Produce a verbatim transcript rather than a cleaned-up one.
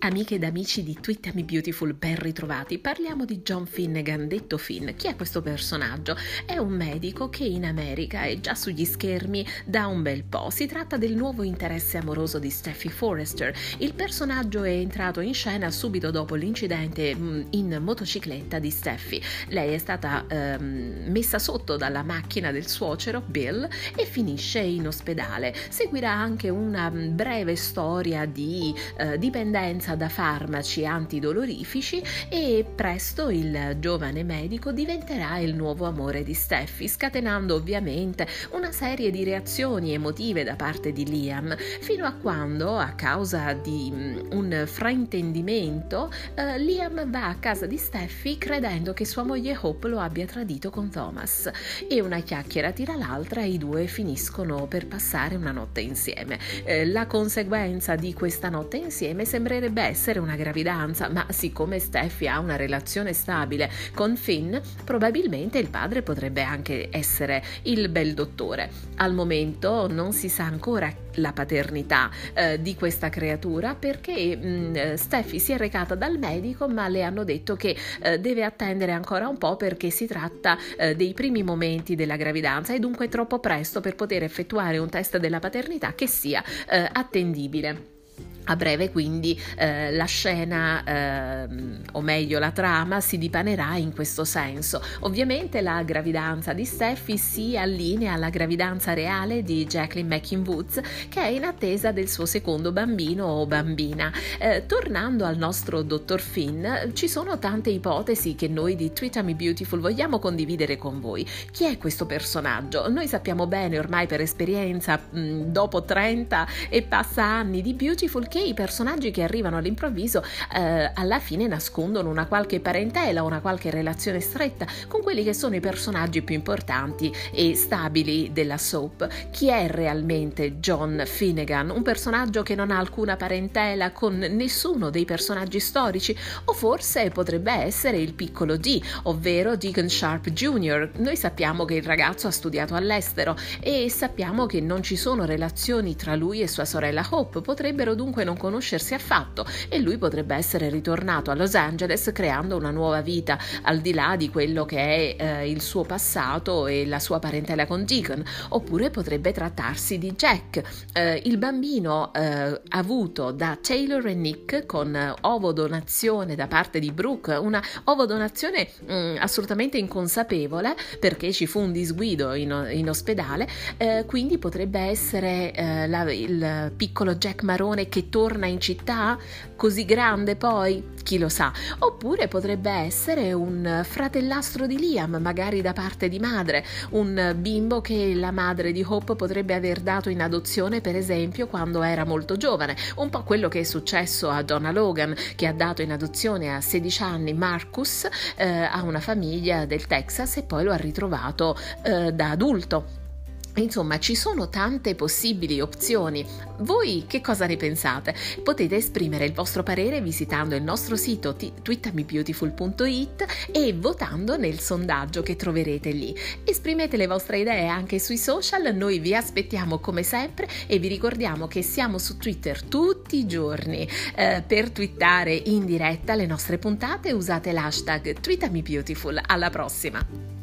Amiche ed amici di Twittami Beautiful, ben ritrovati. Parliamo di John Finnegan, detto Finn. Chi è questo personaggio? È un medico che in America è già sugli schermi da un bel po'. Si tratta del nuovo interesse amoroso di Steffy Forrester. Il personaggio è entrato in scena subito dopo l'incidente in motocicletta di Steffy. Lei è stata ehm, messa sotto dalla macchina del suocero Bill e finisce in ospedale. Seguirà anche una breve storia di eh, dipendenza da farmaci antidolorifici e presto il giovane medico diventerà il nuovo amore di Steffy, scatenando ovviamente una serie di reazioni emotive da parte di Liam, fino a quando, a causa di un fraintendimento, eh, Liam va a casa di Steffy credendo che sua moglie Hope lo abbia tradito con Thomas, e una chiacchiera tira l'altra e i due finiscono per passare una notte insieme. Eh, la conseguenza di questa notte insieme sembrerebbe essere una gravidanza, ma siccome Steffy ha una relazione stabile con Finn, probabilmente il padre potrebbe anche essere il bel dottore. Al momento non si sa ancora la paternità eh, di questa creatura, perché mh, Steffy si è recata dal medico, ma le hanno detto che eh, deve attendere ancora un po' perché si tratta eh, dei primi momenti della gravidanza e dunque è troppo presto per poter effettuare un test della paternità che sia eh, attendibile. A breve quindi eh, la scena, eh, o meglio la trama, si dipanerà in questo senso. Ovviamente la gravidanza di Steffy si allinea alla gravidanza reale di Jacqueline Mackin Woods, che è in attesa del suo secondo bambino o bambina. Eh, tornando al nostro dottor Finn, ci sono tante ipotesi che noi di Twittami Beautiful vogliamo condividere con voi. Chi è questo personaggio? Noi sappiamo bene ormai per esperienza, mh, dopo trenta e passa anni di Beautiful, che i personaggi che arrivano all'improvviso eh, alla fine nascondono una qualche parentela, una qualche relazione stretta con quelli che sono i personaggi più importanti e stabili della soap. Chi è realmente John Finnegan? Un personaggio che non ha alcuna parentela con nessuno dei personaggi storici? O forse potrebbe essere il piccolo D, ovvero Deacon Sharp Junior? Noi sappiamo che il ragazzo ha studiato all'estero e sappiamo che non ci sono relazioni tra lui e sua sorella Hope, potrebbero dunque non conoscersi affatto e lui potrebbe essere ritornato a Los Angeles creando una nuova vita al di là di quello che è eh, il suo passato e la sua parentela con Deacon. Oppure potrebbe trattarsi di Jack, eh, il bambino eh, avuto da Taylor e Nick con eh, ovodonazione da parte di Brooke, una ovodonazione mh, assolutamente inconsapevole perché ci fu un disguido in, in ospedale, eh, quindi potrebbe essere eh, la, il piccolo Jack marrone che torna in città, così grande poi, chi lo sa. Oppure potrebbe essere un fratellastro di Liam, magari da parte di madre, un bimbo che la madre di Hope potrebbe aver dato in adozione, per esempio, quando era molto giovane, un po' quello che è successo a Donna Logan, che ha dato in adozione a sedici anni Marcus eh, a una famiglia del Texas e poi lo ha ritrovato eh, da adulto. Insomma, ci sono tante possibili opzioni. Voi che cosa ne pensate? Potete esprimere il vostro parere visitando il nostro sito twittami beautiful punto it e votando nel sondaggio che troverete lì. Esprimete le vostre idee anche sui social, noi vi aspettiamo come sempre e vi ricordiamo che siamo su Twitter tutti i giorni. Eh, per twittare in diretta le nostre puntate usate l'hashtag Twittami Beautiful. Alla prossima!